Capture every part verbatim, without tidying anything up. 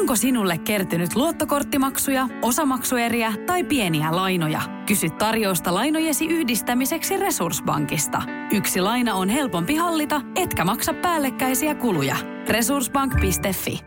Onko sinulle kertynyt luottokorttimaksuja, osamaksueriä tai pieniä lainoja? Kysy tarjousta lainojesi yhdistämiseksi Resurssbankista. Yksi laina on helpompi hallita, etkä maksa päällekkäisiä kuluja. resurssbank piste fi.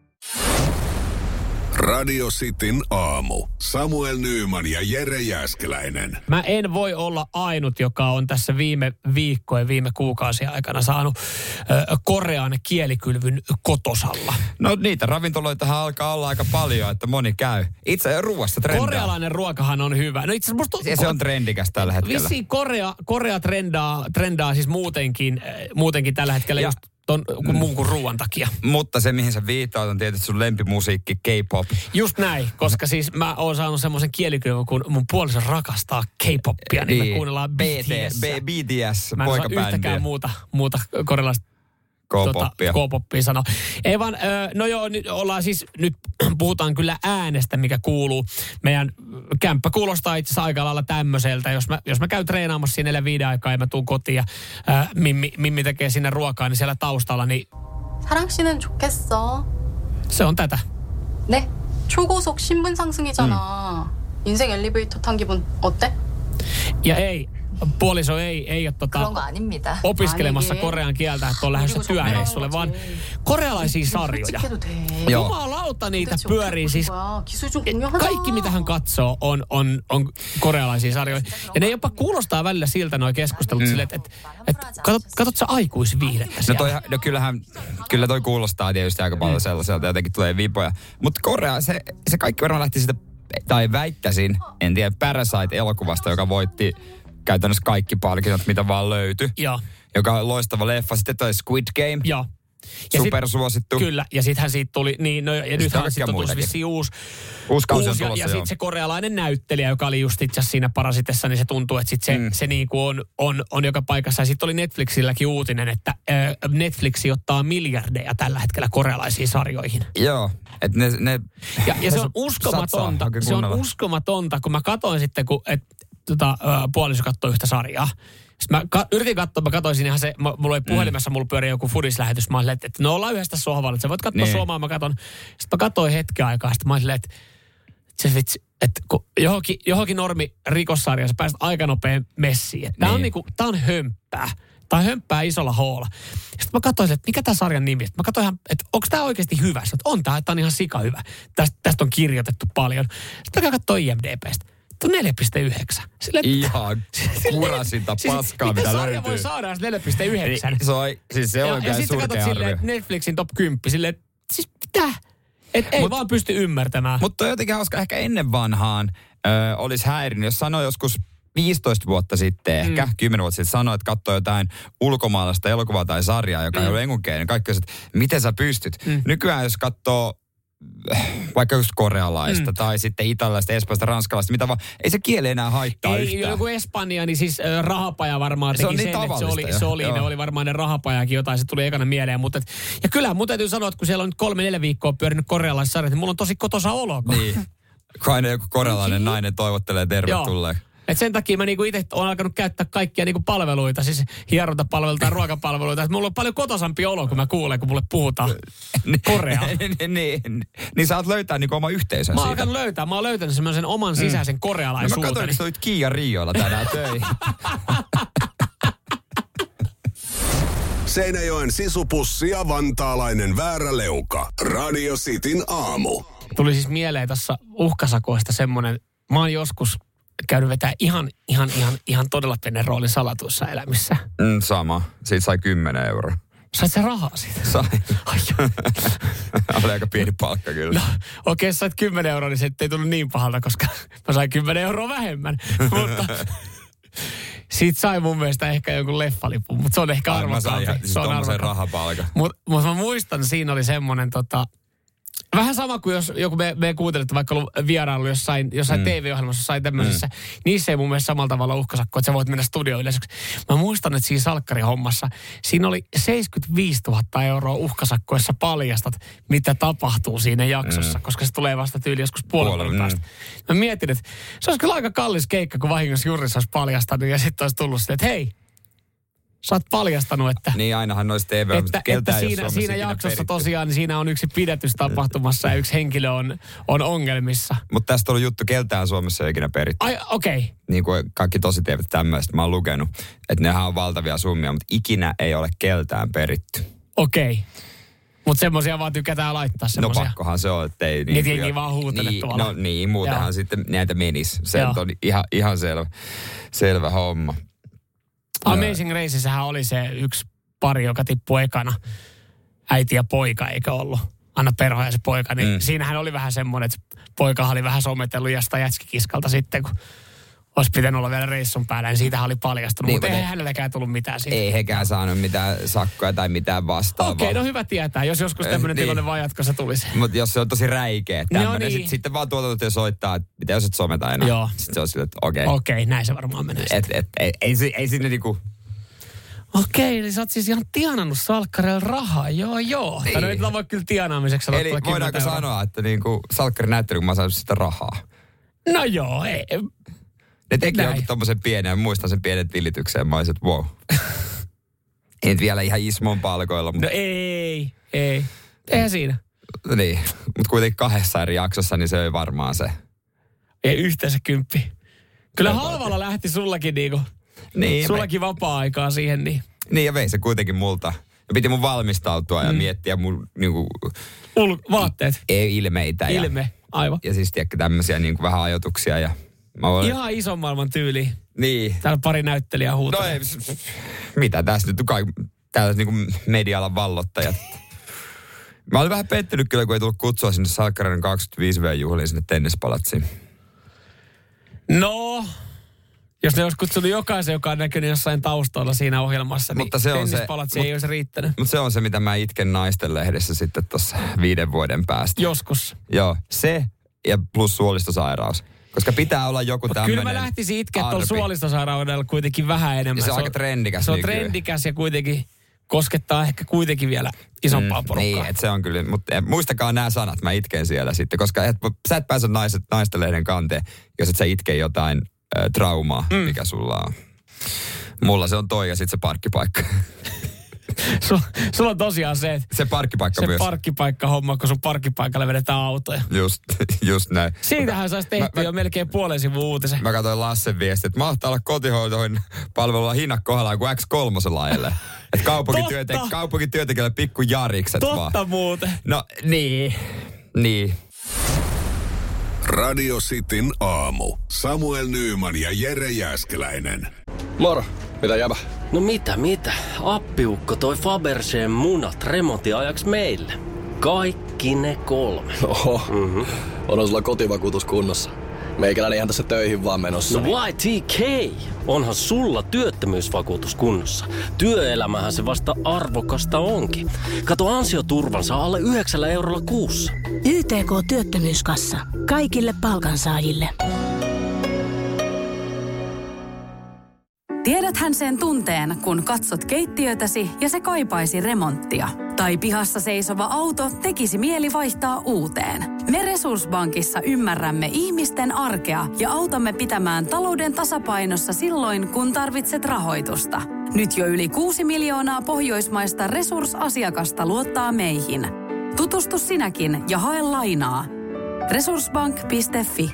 Radio Cityn aamu. Samuel Nyyman ja Jere Jääskeläinen. Mä en voi olla ainut, joka on tässä viime viikkojen, viime kuukausien aikana saanut ö, korean kielikylvyn kotosalla. No niitä ravintoloitahan alkaa olla aika paljon, että moni käy. Itse ruuasta trendaa. Korealainen ruokahan on hyvä. No itse asiassa musta, se on trendikäs tällä hetkellä. Vissiin Korea, Korea trendaa, trendaa siis muutenkin, muutenkin tällä hetkellä ja. just ton, kun muun kuin ruoan takia. Mutta se, mihin sä viittaat, on tietysti sun lempimusiikki, K-pop. Just näin, koska siis mä oon saanut semmoisen kielikylvyn, kun mun puoliso rakastaa K-popia, niin, niin me kuunnellaan B T S. B T S, mä en saa yhtäkään muuta, muuta korealaista K-poppia. Tota, K-poppia sano. Ei vaan, no joo, nyt ollaan siis, nyt puhutaan kyllä äänestä, mikä kuuluu. Meidän kämppä kuulostaa itse asiassa aika lailla tämmöiseltä. Jos mä, jos mä käyn treenaamassa siinä neljä viiden aikaa ja mä tuun kotiin ja ää, Mimmi, Mimmi tekee sinne ruokaa, niin siellä taustalla, niin 사랑 씨는 좋겠어. se on tätä. 네, 초고속 신분 상승이잖아. 음. 인생 엘리베이터 탄 기분 어때? Ja ei, puoliso ei, ei ole tota opiskelemassa korean kieltä, että on lähdössä työreissulle, vaan korealaisia sarjoja. Jumalauta niitä pyörii siis. Kaikki mitä hän katsoo on, on, on korealaisia sarjoja. Ja ne jopa kuulostaa välillä siltä nuo keskustelut mm. silleen, että et, et, katot, katot sä aikuisviihdettä no, toi, no kyllähän, kyllä toi kuulostaa tietysti aika paljon sellaiselta, jotenkin tulee vipoja. Mutta Korea, se, se kaikki varmaan lähti siitä, tai väittäisin, en tiedä, Parasite-elokuvasta, joka voitti käytännössä kaikki palkinnot, mitä vaan löytyi. Joo. Joka on loistava leffa. Sitten toi Squid Game. Joo. Ja supersuosittu. Sit, kyllä, ja sittenhän siitä tuli, niin no, ja nythän sitten on tullut vissiin uusi. Uusi kausi on uusi, tulossa, ja, ja sitten se korealainen näyttelijä, joka oli just itse asiassa siinä Parasitessa, niin se tuntuu, että sit se, mm. se niinku on, on, on joka paikassa. Ja sitten oli Netflixilläkin uutinen, että äh, Netflix ottaa miljardeja tällä hetkellä korealaisiin sarjoihin. Joo, että ne, ne... Ja, ja se on uskomatonta, se on uskomatonta, kun mä katsoin sitten, kun et, tota, äh, puoliso katsoi yhtä sarjaa. Sitten mä ka- yritin katsoa, mä katsoin ihan se, mä, mulla oli puhelimessa, mulla pyöri joku Foodis-lähetys. Mä olin, että, että no ollaan yhdessä sohvalla, että sä voit katsoa niin. Suomaa, mä katon. Sitten mä katsoin hetken aikaa, sitten mä olin, että, se vitsi, että kun johonkin, johonkin normi rikossarjassa pääset aika nopein messiin. Että niin. Tää on niinku, tää on hömppää. Tää on hömppää isolla hoolla. Sitten mä katsoin, että mikä tää sarjan nimi? Mä katsoin ihan, että onko tää oikeasti hyvä? Sitten on tää, että on ihan sika hyvä. Tästä, tästä on kirjoitettu paljon. Sitten mä katsoin I M D B:stä. Tuo neljä pilkku yhdeksän. Sille, ihan kurasinta paskaa, siis, mitä löytyy. Sarja voi saada neljä pilkku yhdeksän. Se on, siis se on oikein surkea arvio. Ja sitten katsot silleen Netflixin top kymmenen, silleen, siis mitä? Et ei mut, vaan pysty ymmärtämään. Mutta on jotenkin hauska, ehkä ennen vanhaan ö, olisi häirinyt, jos sanoi joskus viisitoista vuotta sitten, ehkä mm. kymmenen vuotta sitten sanoi, että katsoi jotain ulkomaalaista elokuvaa tai sarjaa, joka mm. ei ole englanniksi. Kaikki olisivat, että miten sä pystyt? Mm. Nykyään jos katsoo vaikka just korealaista mm. tai sitten italialaista, espanjalaista, ranskalaista, mitä vaan. Ei se kieli enää haittaa ei, yhtään. Ei, joku Espanja, niin siis äh, rahapaja varmaan teki se on niin sen, että se oli, jo. se oli, ne oli varmaan ne rahapajakin jotain, se tuli ekana mieleen. Mutta et, ja kyllä mun täytyy sanoa, että kun siellä on nyt kolme, neljä viikkoa pyörinyt korealaisessa sarjat, niin mulla on tosi kotosa olo. Niin, kun aina joku korealainen nainen toivottelee tervetulleen. Et sen takia mä niinku itse olen alkanut käyttää kaikkia niinku palveluita, siis hierontapalveluita ja ruokapalveluita. Et mulla on paljon kotosampi olo, kun mä kuulen, kun mulle puhutaan koreaa. niin, niin, niin sä oot löytää niinku oma yhteisön mä siitä. Mä oon löytää, mä oon löytänyt semmoisen oman sisäisen mm. korealaisuuteni. No mä katsoin, että sä olit Kia Riolla tänään töihin. Seinäjoen sisupussi ja vantaalainen vääräleuka. Radio Cityn aamu. Tuli siis mieleen tässä uhkasakoista semmoinen, mä oon joskus käynyt vetää ihan, ihan, ihan, ihan todella pienen roolin salatuissa elämissä. Mm, sama. Siitä sai kymmenen euroa. Sait sä rahaa siitä? Sai. Oli aika pieni palkka kyllä. No, okei, sait kymmenen euroa, niin se ei tullut niin pahalta, koska mä sain kymmenen euroa vähemmän. Mutta siitä sai mun mielestä ehkä jonkun leffalipun, mutta se on ehkä arvokampi. Mä sain tommosen rahapalkan. Mutta mut mä muistan, siinä oli semmoinen tota... Vähän sama kuin jos joku me, me kuuntelette vaikka ollut vierailu jossain, jossain mm. T V-ohjelmassa, jossain tämmöisessä. Mm. Niissä ei mun mielestä samalla tavalla uhkasakko, että sä voit mennä studioon yleisöksi. Mä muistan, että siinä salkkarihommassa, siinä oli seitsemänkymmentäviisituhatta euroa uhkasakko, jossa paljastat, mitä tapahtuu siinä jaksossa, mm. koska se tulee vasta tyyli joskus puolen vuoden päästä. Mä mietin, että se olisi kyllä aika kallis keikka, kun vahingossa Jurissa olisi paljastanut ja sitten olisi tullut sitten, että hei, Sä oot paljastanut, että... Niin, ainahan noissa T V on, että, että siinä, siinä jaksossa peritty. Tosiaan niin siinä on yksi pidätys tapahtumassa ja yksi henkilö on, on ongelmissa. Mutta tästä on ollut juttu, keltään Suomessa ei ikinä peritty. Ai, okei. Okay. Niin kuin kaikki tosi T V tämmöistä, mä oon lukenut, että nehän on valtavia summia, mutta ikinä ei ole keltään peritty. Okei. Okay. Mutta semmoisia vaan tykätään laittaa semmoisia. No pakkohan se on, että ei... Niin, niin jengi vaan huutelet niin, tuolla. No niin, muutenhan Joo. sitten näitä menisi. Se Joo. on ihan, ihan selvä, selvä homma. Amazing Racessähän oli se yksi pari, joka tippui ekana. Äiti ja poika, eikä ollut? Anna Perho ja se poika. Niin mm. Siinähän oli vähän semmoinen, että poika oli vähän sometellut jostain jätskikiskalta sitten, kun olisi pitänyt olla vielä reissun päällä. Niin siitähän oli paljastunut, niin, mutta ei hänelläkään tullut mitään siitä. Ei hekään saanut mitään sakkoja tai mitään vastaavaa. Okei, okay, no hyvä tietää, jos joskus tämmöinen niin. tilanne vaan jatkossa tulisi. Mutta jos se on tosi räikeä tämmöinen, no niin. sitten sit vaan tuotantotyö soittaa, että mitä jos et someta enää. Joo. Sitten se on sille, että okei. Okay. Okei, okay, näin se varmaan menee. Et, et, ei, ei, ei sinne niinku... Okei, eli sä oot siis ihan tienannut salkkarilla rahaa, joo joo. Niin. Tai no ei voi kyllä tienaamiseksi. Eli voidaanko sanoa, että niinku salkkarin näyttely, kun mä saan sitä rahaa? No joo, ei. Ne teki jonkun tommosen pienen, muistan sen pienet vilitykseen, mä olisin, että wow. Ei nyt vielä ihan Ismon palkoilla. Mutta... No ei, ei. Eihän siinä. Niin, mutta kuitenkin kahdessa eri jaksossa, niin se oli varmaan se. Ei yhteensä kymppi. Kyllä halvalla lähti sullakin niinku. Niin, sullakin me... vapaa-aikaa siihen, niin. Niin, ja vei se kuitenkin multa. Ja piti mun valmistautua ja mm. miettiä mun niinku... Ul- vaatteet. Ei, ilmeitä. Ilme, ja, aivan. Ja siis tiedätkö tämmöisiä niinku vähän ajoituksia ja... Olen... Ihan ison maailman tyyli. Niin. Täällä pari näyttelijää huutaa. No ei, mitä tässä nyt, kai, täällä niinku media-alan vallottajat. Mä olin vähän pettynyt kyllä, kun ei tullut kutsua sinne Salkkarin kaksikymmentäviisi vuotisjuhliin sinne tennispalatsiin. No, jos ne olisi kutsunut jokaisen, joka on näkynyt jossain taustalla siinä ohjelmassa, mutta niin se on tennispalatsi se, ei mut, olisi riittänyt. Mutta se on se, mitä mä itken naisten lehdessä sitten tuossa viiden vuoden päästä. Joskus. Joo, se ja plus suolistosairaus. Koska pitää olla joku tämmöinen kyllä mä lähtisin itkeä tuolla suolistosairaudella kuitenkin vähän enemmän. Ja se on se aika trendikäs. Se on nykyään. Trendikäs ja kuitenkin koskettaa ehkä kuitenkin vielä isompaa mm, porukkaa. Niin, että se on kyllä, mutta muistakaa nämä sanat, mä itken siellä sitten. Koska et, sä et pääse naiset, naisten lehden kanteen, jos et sä itke jotain äh, traumaa, mm. mikä sulla on. Mulla se on toi ja sitten se parkkipaikka. Sulla sul on tosiaan se, että se parkkipaikka se myös. parkkipaikka-homma, kun sun parkkipaikalle vedetään autoja. Just, just näin. Siitähän saisi tehty jo melkein puolen sivun uutisen. Mä katsoin Lassen viesti, että mahtaa olla kotihoitoin palvelulla hinnat kohdallaan kuin X kolme laajelle. Että kaupunkityöntek- kaupunkityöntekijälle pikku jarikset Totta vaan. Totta muuten. No niin, niin. Radio Cityn aamu. Samuel Nyyman ja Jere Jääskeläinen. Moro, mitä jäbä? No mitä, mitä? Appiukko toi Faberseen munat remontiajaksi meille. Kaikki ne kolme. Oho, mm-hmm. Onhan sulla kotivakuutus kunnossa. Meikäläni ihan tässä töihin vaan menossa. No Y T K, onhan sulla työttömyysvakuutus kunnossa. Työelämähän se vasta arvokasta onkin. Kato ansioturvansa alle yhdeksällä eurolla kuussa. Y T K-työttömyyskassa. Kaikille palkansaajille. Tiedäthän sen tunteen, kun katsot keittiötäsi ja se kaipaisi remonttia. Tai pihassa seisova auto tekisi mieli vaihtaa uuteen. Me Resurssbankissa ymmärrämme ihmisten arkea ja autamme pitämään talouden tasapainossa silloin, kun tarvitset rahoitusta. Nyt jo yli kuusi miljoonaa pohjoismaista resursasiakasta luottaa meihin. Tutustu sinäkin ja hae lainaa. resurssbank piste fi.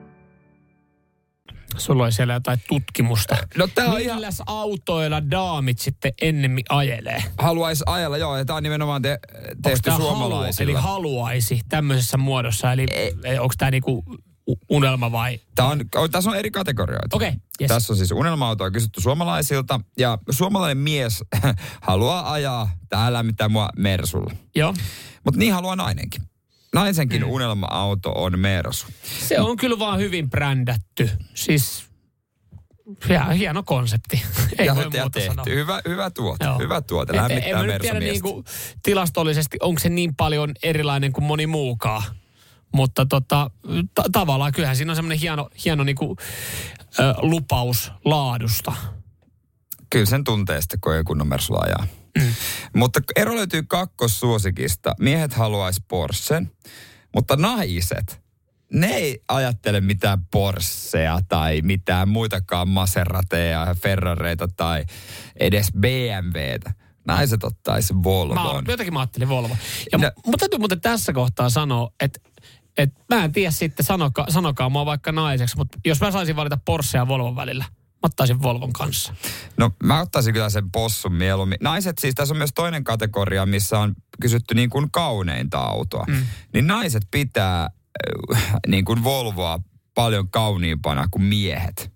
Sulla oli siellä jotain tutkimusta. No tää on Milläs ihan... autoilla daamit sitten ennemmin ajelee? Haluaisi ajella, joo. Ja tää on nimenomaan te, tehty suomalaisilla. Halua, eli haluaisi tämmöisessä muodossa. Eli onko tää niinku unelma vai? Tää on, tässä on eri kategorioita. Okei, okay, yes. Tässä on siis unelma-autoa kysytty suomalaisilta. Ja suomalainen mies haluaa ajaa, tää lämmittää mua Mersulla. Joo. Mutta niin haluaa nainenkin. Naisenkin mm. unelma-auto on Mersu. Se on kyllä vaan hyvin brändätty. Siis hieno konsepti. Ei ja, voi ja muuta tehty. sanoa. Hyvä, hyvä tuote. Joo. Hyvä tuote. Lämmittää en, en Mersu tiedä miestä. niinku tilastollisesti, onko se niin paljon erilainen kuin moni muukaan. Mutta tota, ta- tavallaan kyllähän siinä on semmoinen hieno, hieno niinku, ö, lupaus laadusta. Kyllä sen tuntee sitten, kun ei kunnon Mersulla ajaa. Mm. Mutta ero löytyy kakkossuosikista. Miehet haluaisi Porschen, mutta naiset ne ei ajattele mitään Porschea tai mitään muitakaan Maserateja, Ferrareita tai edes B M Wtä. Naiset ottaisi Volvoon. Mä, jotenkin mä ajattelin Volvo. Ja no, mutta täytyy muuten tässä kohtaa sanoa, että et mä en tiedä sitten, sanoka, sanokaa mua vaikka naiseksi, mutta jos mä saisin valita Porschea ja Volvon välillä, mä ottaisin Volvon kanssa. No mä ottaisin kyllä sen possun mieluummin. Naiset siis, tässä on myös toinen kategoria, missä on kysytty niin kuin kauneinta autoa. Mm. Niin naiset pitää äh, niin kuin Volvoa paljon kauniimpana kuin miehet.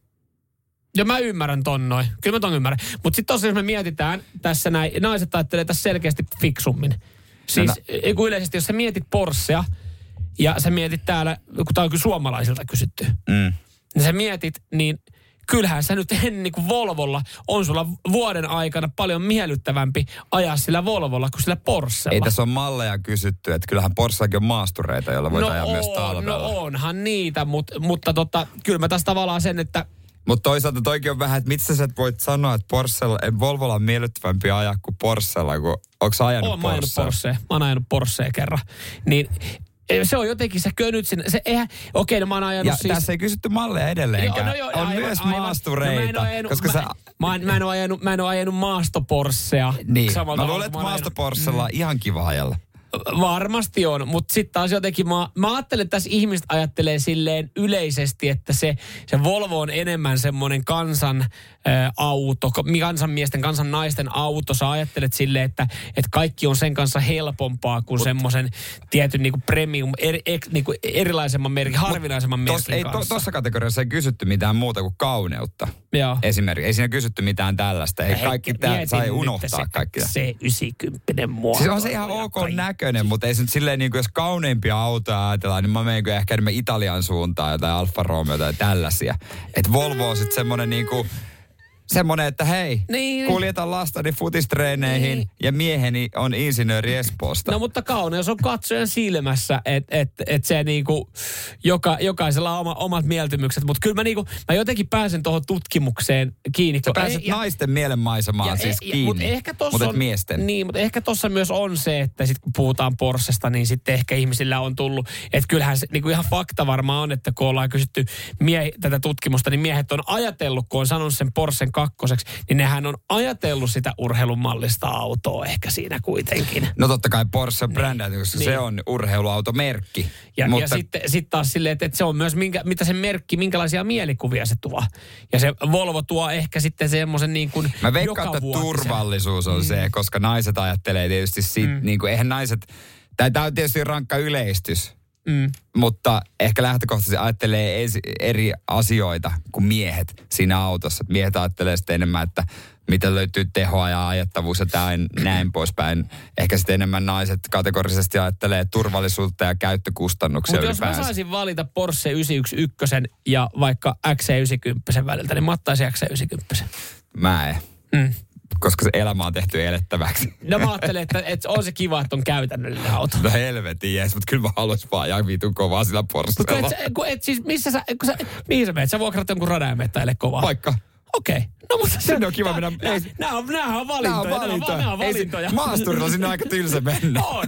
Ja mä ymmärrän ton noin. Kyllä mä ton ymmärrän. Mutta sitten tosiaan, jos me mietitään tässä näin, naiset ajattelee tässä selkeästi fiksummin. Siis no, no. yleisesti, jos sä mietit Porschea ja sä mietit täällä, kun tää on kyllä suomalaisilta kysytty, mm. niin sä mietit, niin kyllähän sä nyt en niin kuin Volvolla on sulla vuoden aikana paljon miellyttävämpi ajaa sillä Volvolla kuin sillä Porschella. Ei tässä on malleja kysytty, että kyllähän Porschellakin on maastureita, joilla voit no ajaa on, myös talvella. No onhan niitä, mutta, mutta tota, kyllä mä tässä tavallaan sen, että mutta toisaalta toikin on vähän, että miten sä voit sanoa, että Porschella, ei Volvolla on miellyttävämpi ajaa kuin Porschella, kun onko sä ajanut Porschella? Oon ajanut Porschea. Mä oon ajanut Porschea kerran. Niin se on jotenkin, se könyt sinne. Se eihän, okei, no mä oon ajanut ja siis tässä ei kysytty malleja edelleenkään. No, no, on aivan, myös aivan. maastureita. No, mä ajanut, koska mä, sä mä, mä, en ole ajanut, mä en ole ajanut maastoporschea. Niin, mä luulen, että maastoporschella on mm. ihan kiva ajalla. Varmasti on, mutta sitten taas jotenkin mä, mä ajattelen, että tässä ihmiset ajattelee silleen yleisesti, että se, se Volvo on enemmän semmoinen kansan ä, auto, kansanmiesten, kansan naisten auto. Sä ajattelet silleen, että, että kaikki on sen kanssa helpompaa kuin semmoisen tietyn niinku premium, er, er, niinku erilaisemman merkin, harvinaisemman merkin ei, kanssa. Tuossa kategoriassa ei kysytty mitään muuta kuin kauneutta. Joo. Esimerkiksi. Ei siinä kysytty mitään tällaista. Ei kaikki tää sai unohtaa kaikkia. Se yhdeksänkymmentä muoto. Siis on se ihan ok näköinen, mutta ei se nyt silleen, niin kuin jos kauneimpia autoja ajatellaan, niin mä menen ehkä enemmän Italian suuntaan, jotain Alfa Romeo tai tällaisia. Että Volvo on sitten semmoinen niin kuin semmoinen, että hei, niin, kuljetan lastani futistreeneihin niin. Ja mieheni on insinööri Espoosta. No mutta kauneus on katsojan silmässä, että et, et se niinku, joka, jokaisella on oma, omat mieltymykset. Mutta kyllä mä, niinku, mä jotenkin pääsen tuohon tutkimukseen kiinni. Sä pääset ja, naisten mielenmaisemaan ja, siis ja, kiinni, mutta ehkä tossa on, miesten. Niin, mutta ehkä tuossa myös on se, että sit kun puhutaan Porschesta, niin sitten ehkä ihmisillä on tullut, että kyllähän se niinku ihan fakta varmaan on, että kun ollaan kysytty miehi, tätä tutkimusta, niin miehet on ajatellut, kun on sanonut sen Porschen kakkoseksi, niin nehän on ajatellut sitä urheilumallista autoa ehkä siinä kuitenkin. No totta kai Porsche niin, brändäyty, koska niin. Se on urheiluautomerkki. Ja, mutta ja sitten sit taas silleen, että se on myös minkä, mitä se merkki, minkälaisia mielikuvia se tuo. Ja se Volvo tuo ehkä sitten semmoisen niin kuin mä veikkaan, että turvallisuus on mm. se, koska naiset ajattelee tietysti siitä, mm. niin kuin eihän naiset, tämä on tietysti rankka yleistys. Mm. Mutta ehkä lähtökohtaisesti ajattelee eri asioita kuin miehet siinä autossa. Miehet ajattelee sitten enemmän, että mitä löytyy tehoa ja ajettavuus ja näin, näin poispäin. Ehkä sitten enemmän naiset kategorisesti ajattelee turvallisuutta ja käyttökustannuksia Mutta ylipäänsä. Jos mä saisin valita Porsche yhdeksänsataayksitoista ja vaikka X C yhdeksänkymmentä väliltä, niin mä ottaisin X C yhdeksänkymmentä. Mä en. Mm. Koska se elämä on tehty elettäväksi. No mä ajattelen, että, että on se kiva, että on käytännöllinen auto. No helvetin jees, mutta kyllä mä haluaisin vaan ihan vitun kovaa sillä Porschella. Mutta et, kun et siis, missä sä, kun sä, mihin sä menet? Sä vuokrat jonkun radan ja menet tälle kovaa. Vaikka. Okei. Okay. No mutta se on kiva mennä. Nämä on, nämä on valintoja. Nämä on valintoja. Nämä on valintoja. Maasturilla sinne aika tylsä mennä. On.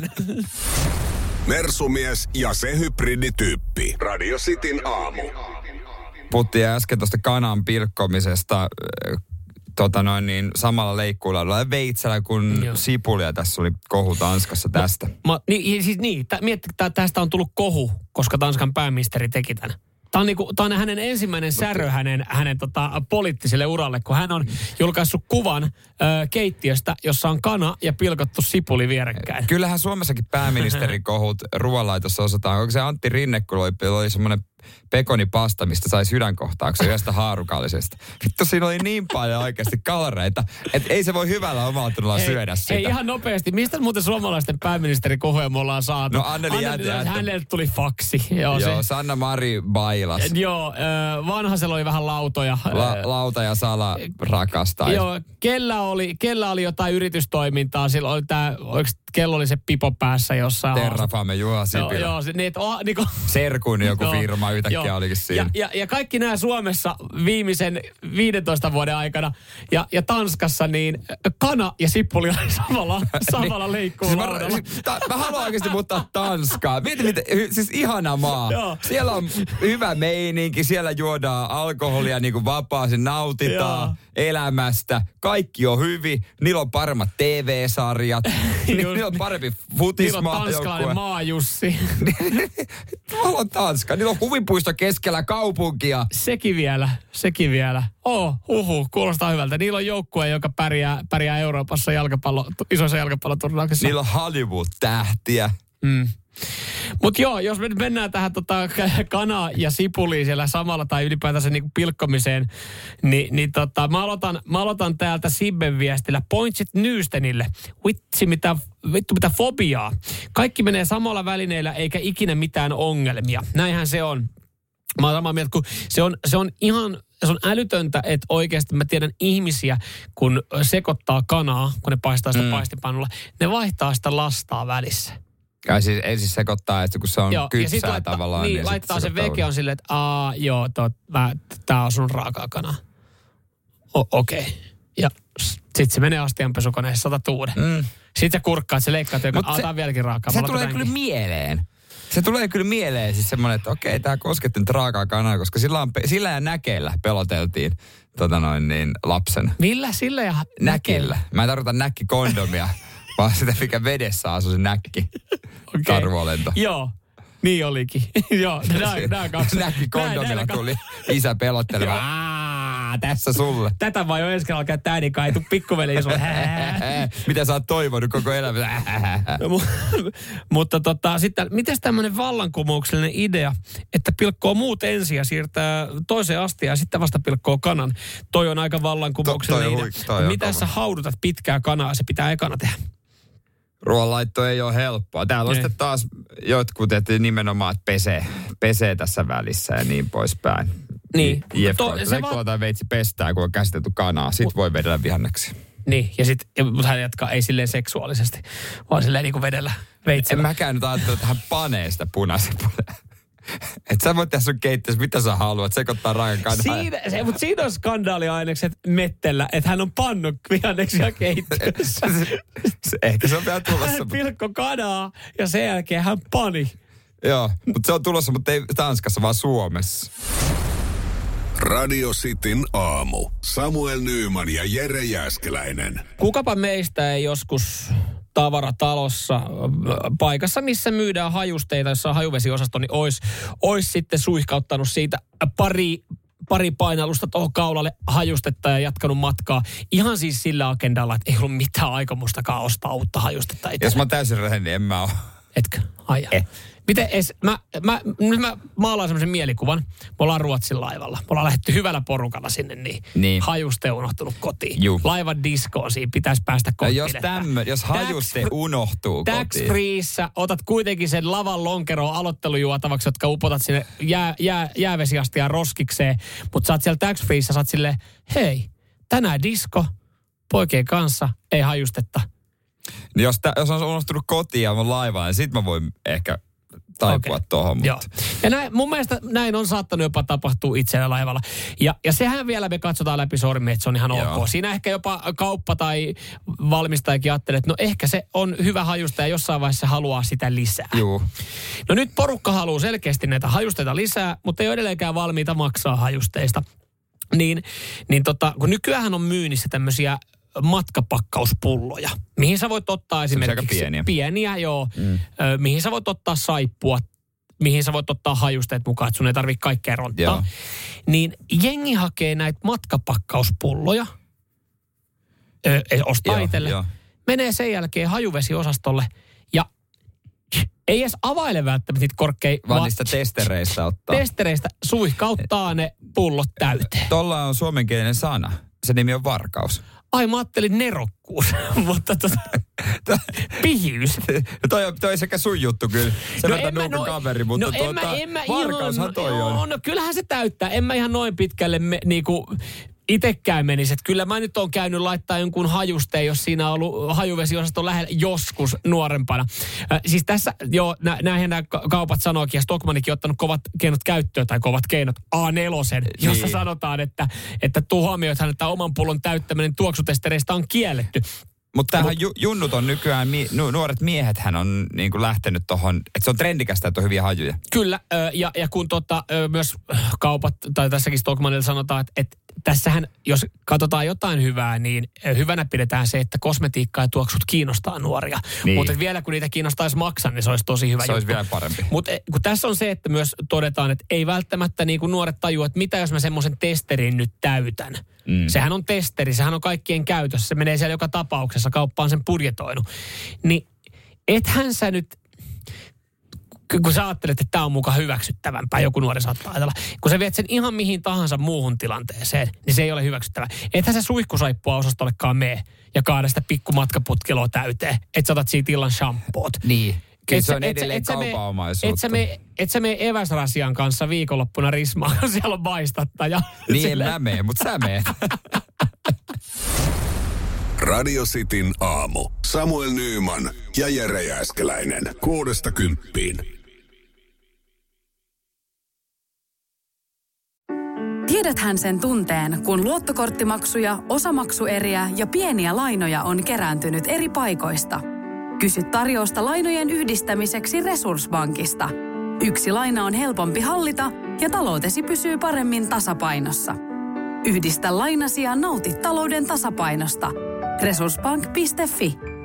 Mersumies ja se hybridityyppi. Radio Cityn aamu. Puhuttiin äsken tuosta kanan pilkkomisesta tota noin niin, samalla leikkuulla veitsellä kuin Joo. sipulia. Tässä oli kohu Tanskassa tästä. Ma, niin, siis niin, tä, mietti, tä, tästä on tullut kohu, koska Tanskan pääministeri teki tämän. Tämä on, niinku, tämä on hänen ensimmäinen särö hänen, hänen tota, poliittiselle uralle, kun hän on julkaissut kuvan ö, keittiöstä, jossa on kana ja pilkottu sipuli vierekkäin. Kyllähän Suomessakin pääministerikohut ruoanlaitossa osataan. Onko se Antti Rinne, kun oli, oli semmoinen pekonipasta, mistä sai sydänkohtauksen yhdestä haarukallisesta. Vittu, siinä oli niin paljon oikeasti kaloreita, että ei se voi hyvällä omaltunnolla syödä sitä. Ei ihan nopeasti. Mistä muuten suomalaisten pääministerikohuja me ollaan saatu? No Anneli Jäätelä. Hänelle tuli faksi. Joo, Joo se. Sanna-Mari bailas. Joo, äh, vanhasella oli vähän lautoja. La, lauta ja sala rakastaa. Joo, kellä oli, kella oli jotain yritystoimintaa. Silloin oli tää, kello oli se pipo päässä jossain. Terrafame Juha Sipilä. Joo, joo se, niin, et, oh, niin kuin, Serkun joku firma yhtäkkiä joo. olikin siinä. Ja, ja, ja kaikki nämä Suomessa viimeisen viidentoista vuoden aikana ja, ja Tanskassa, niin kana ja sipuli oli samalla, samalla leikkuulaudalla. Siis mä, mä haluan oikeasti muuttaa Tanskaa. Mieti, miten, siis ihana maa. Joo. Siellä on hyvä meininki, siellä juodaan alkoholia niin kuin vapaasti, nautitaan joo. elämästä. Kaikki on hyvin, niillä on paremmat T V-sarjat, niillä on parempi futismaa. Niillä on tanskalainen maajussi. Tuolla on Tanska, niillä on huvipuisto keskellä kaupunkia. Sekin vielä, sekin vielä. Oh, huhu, kuulostaa hyvältä. Niillä on joukkue, joka pärjää, pärjää Euroopassa jalkapallo, isoissa jalkapalloturnauksissa. Niillä on Hollywood-tähtiä. Mm. Mutta joo, jos me nyt mennään tähän tota, kanaa ja sipuliin siellä samalla tai ylipäätänsä niinku pilkkomiseen, niin, niin tota, mä, aloitan, mä aloitan täältä Sibben viestillä. Pointsit Nyystenille. Vitsi mitä, vittu mitä fobiaa. Kaikki menee samalla välineillä eikä ikinä mitään ongelmia. Näinhän se on. Mä oon samaa mieltä, kun se on, se on ihan... Se on älytöntä, että oikeasti mä tiedän ihmisiä, kun sekoittaa kanaa, kun ne paistaa sitä mm. paistipannulla, ne vaihtaa sitä lastaa välissä. Ja siis ei siis sekoittaa, että kun se on joo, kypsää laittaa, tavallaan. Niin, niin laittaa se veke on silleen, että aa, joo, tää on sun raakaa kanaa. Okei. Okay. Ja sit se menee astianpesukoneessa, sata uuden. Mm. Sitten sä kurkkaat, se leikkaat, joka aataan vieläkin raakaa. Se tulee kyllä mieleen. Se tulee kyllä mieleen siis semmoinen, että okei, tää kosketti nyt raakaa kanaa, koska sillä, on, sillä ja näkeillä peloteltiin tota noin niin, lapsen. Millä? Sillä ja näkillä? Mä en tarkoita näkkikondomia, vaan sitä, mikä vedessä asuu se näkki. Okay. Karvuolento. Joo, niin olikin. Joo, nää, nää kaksi. Näkkikondomilla tuli isä pelottelemaan. Tässä sulle. Tätä vaan jo ensi kerralla käyttää ääni kai, tuu pikkuveli sulle. Mitä sä oot toivonut koko elämässä? Mutta tota, sitten, miten tämmöinen vallankumouksellinen idea, että pilkkoo muut ensin ja siirtää toiseen astiaan ja sitten vasta pilkkoo kanan. Toi on aika vallankumouksellinen to, idea. Mitä sä haudutat pitkää kanaa, se pitää ekana tehdä. Ruoanlaitto ei ole helppoa. Täällä on sitten taas jotkut, että nimenomaan että pesee, pesee tässä välissä ja niin poispäin. Niin. Jeffro, leikkoa tai veitsi pestää, kun on käsitelty kanaa. Sitten voi vedellä vihanneksi. Niin, ja sitten, mutta hän jatkaa ei silleen seksuaalisesti, vaan silleen niin kuin vedellä veitsellä. En mäkään nyt ajattelu, että hän panee sitä punaisen punaisen. Että sä voit tehdä sun keittiössä, mitä sä haluat, sekoittaa raakan kanaa. Siinä, se, mutta siinä on skandaaliainekset Mettellä, että hän on pannut vihanneksia keittiössä. se, ehkä se on vielä tulossa. Hän pilkko kanaa ja sen jälkeen hän pani. Joo, mutta se on tulossa, mutta ei Tanskassa, vaan Suomessa. Radio Cityn aamu. Samuel Nyyman ja Jere Jääskeläinen. Kukapa meistä ei joskus tavaratalossa, paikassa, missä myydään hajusteita, jossa on hajuvеsiosasto, niin olisi ois sitten suihkauttanut siitä pari, pari painallusta tuohon kaulalle hajustetta ja jatkanut matkaa. Ihan siis sillä agendalla, että ei ollut mitään aikomustakaan ostaa uutta hajustetta itselleen. Jos mä täysin rehellinen, niin en mä ole. Etkö? Ai eh. Miten edes, mä, mä, nyt mä maalaan semmoisen mielikuvan. Me ollaan Ruotsin laivalla. Me ollaan lähdetty hyvällä porukalla sinne, niin, niin. hajuste on unohtunut kotiin. Juh. Laivan diskoon siinä pitäisi päästä kotiin. No jos, tämmö, jos hajuste tax, unohtuu tax kotiin. Tax-freeissä otat kuitenkin sen lavan lonkeroon aloittelujuotavaksi, jotka upotat sinne jää, jää, jäävesiastiaan roskikseen. Mutta sä oot siellä tax-freeissä, sä oot silleen, hei, tänään disko, poikien kanssa, ei hajustetta. Niin jos, tä, jos on unohtunut kotiin ja on laivaan, niin sit mä voin ehkä taipua okay. tuohon. Mutta. Joo. Ja näin, mun mielestä näin on saattanut jopa tapahtua itsellä laivalla. Ja, ja sehän vielä me katsotaan läpi sormi, että se on ihan Joo. ok. Siinä ehkä jopa kauppa tai valmistajakin ajattelee, että no ehkä se on hyvä hajusta ja jossain vaiheessa haluaa sitä lisää. Joo. No nyt porukka haluaa selkeästi näitä hajusteita lisää, mutta ei ole edelleenkään valmiita maksaa hajusteista. Niin, niin tota, kun nykyään on myynnissä tämmöisiä matkapakkauspulloja, mihin sä voit ottaa esimerkiksi pieniä. pieniä, joo, mm. ö, mihin sä voit ottaa saippua, mihin sä voit ottaa hajusteet mukaan, että sun ei tarvitse kaikkea ronttaa. Joo. Niin jengi hakee näitä matkapakauspulloja, ö, ostaa itselle, menee sen jälkeen hajuvesiosastolle ja ei edes availe välttämättä niitä korkeita. Vaan niistä testereistä ottaa. Testereistä suihkauttaa ne pullot täyteen. Tuolla on suomenkielinen sana. Se nimi on varkaus. Ai mä ajattelin nerokkuus, mutta tota, pihiys. toi, on, toi on sekä sun juttu kyllä. Se no on nuukan no, kaveri, mutta no tuota, en mä, en mä varkaushan ihan, toi on. on. No kyllähän se täyttää. En mä ihan noin pitkälle me, niinku itekään menisi. Että kyllä mä nyt oon käynyt laittaa jonkun hajusteen, jos siinä on ollut hajuvesiosasto lähellä joskus nuorempana. Äh, siis tässä, joo, nä, näinhän nämä kaupat sanookin, ja Stockmannikin ottanut kovat keinot käyttöön, tai kovat keinot, A neljä, jossa niin. sanotaan, että, että tuu huomioithan, että oman pullon täyttäminen tuoksutestereistä on kielletty. Mutta tämähän ju, junnut on nykyään, mi, nu, nuoret miehethän on niin kuin lähtenyt tohon, että se on trendikästä, että on hyviä hajuja. Kyllä, ja, ja kun tota, myös kaupat, tai tässäkin Stockmannilla sanotaan, että, että tässähän, jos katsotaan jotain hyvää, niin hyvänä pidetään se, että kosmetiikka ja tuoksut kiinnostaa nuoria. Niin. Mutta vielä kun niitä kiinnostaisi maksaa, niin se olisi tosi hyvä se juttu. olisi vielä parempi. Mutta kun tässä on se, että myös todetaan, että ei välttämättä niin kuin nuoret tajua, että mitä jos mä semmoisen testerin nyt täytän. Mm. Sehän on testeri, sehän on kaikkien käytössä. Se menee siellä joka tapauksessa, kauppa on sen budjetoinut. Niin ethän sä nyt, kun sä ajattelet, että tämä on muka hyväksyttävämpää, joku nuori saattaa ajatella. Kun sä viet sen ihan mihin tahansa muuhun tilanteeseen, niin se ei ole hyväksyttävää. Ethän sä suihkusaippua osastollekaan mene ja kaada sitä pikkumatkaputkeloa täyteen, että sä otat siitä illan shampoot. Niin. Kyllä et se on et edelleen et kaupaomaisuutta. Et sä mene et me eväsrasian kanssa viikonloppuna rismaan, kun siellä on paistattaja. Niin en mä mene, mutta sä meet. Radio Cityn aamu. Samuel Nyyman ja Jere Jääskeläinen. Kuudesta kymppiin. Tiedäthän sen tunteen, kun luottokorttimaksuja, osamaksueriä ja pieniä lainoja on kerääntynyt eri paikoista. Kysy tarjousta lainojen yhdistämiseksi Resurssbankista. Yksi laina on helpompi hallita ja taloutesi pysyy paremmin tasapainossa. Yhdistä lainasi ja nauti talouden tasapainosta. Resurssbank piste fi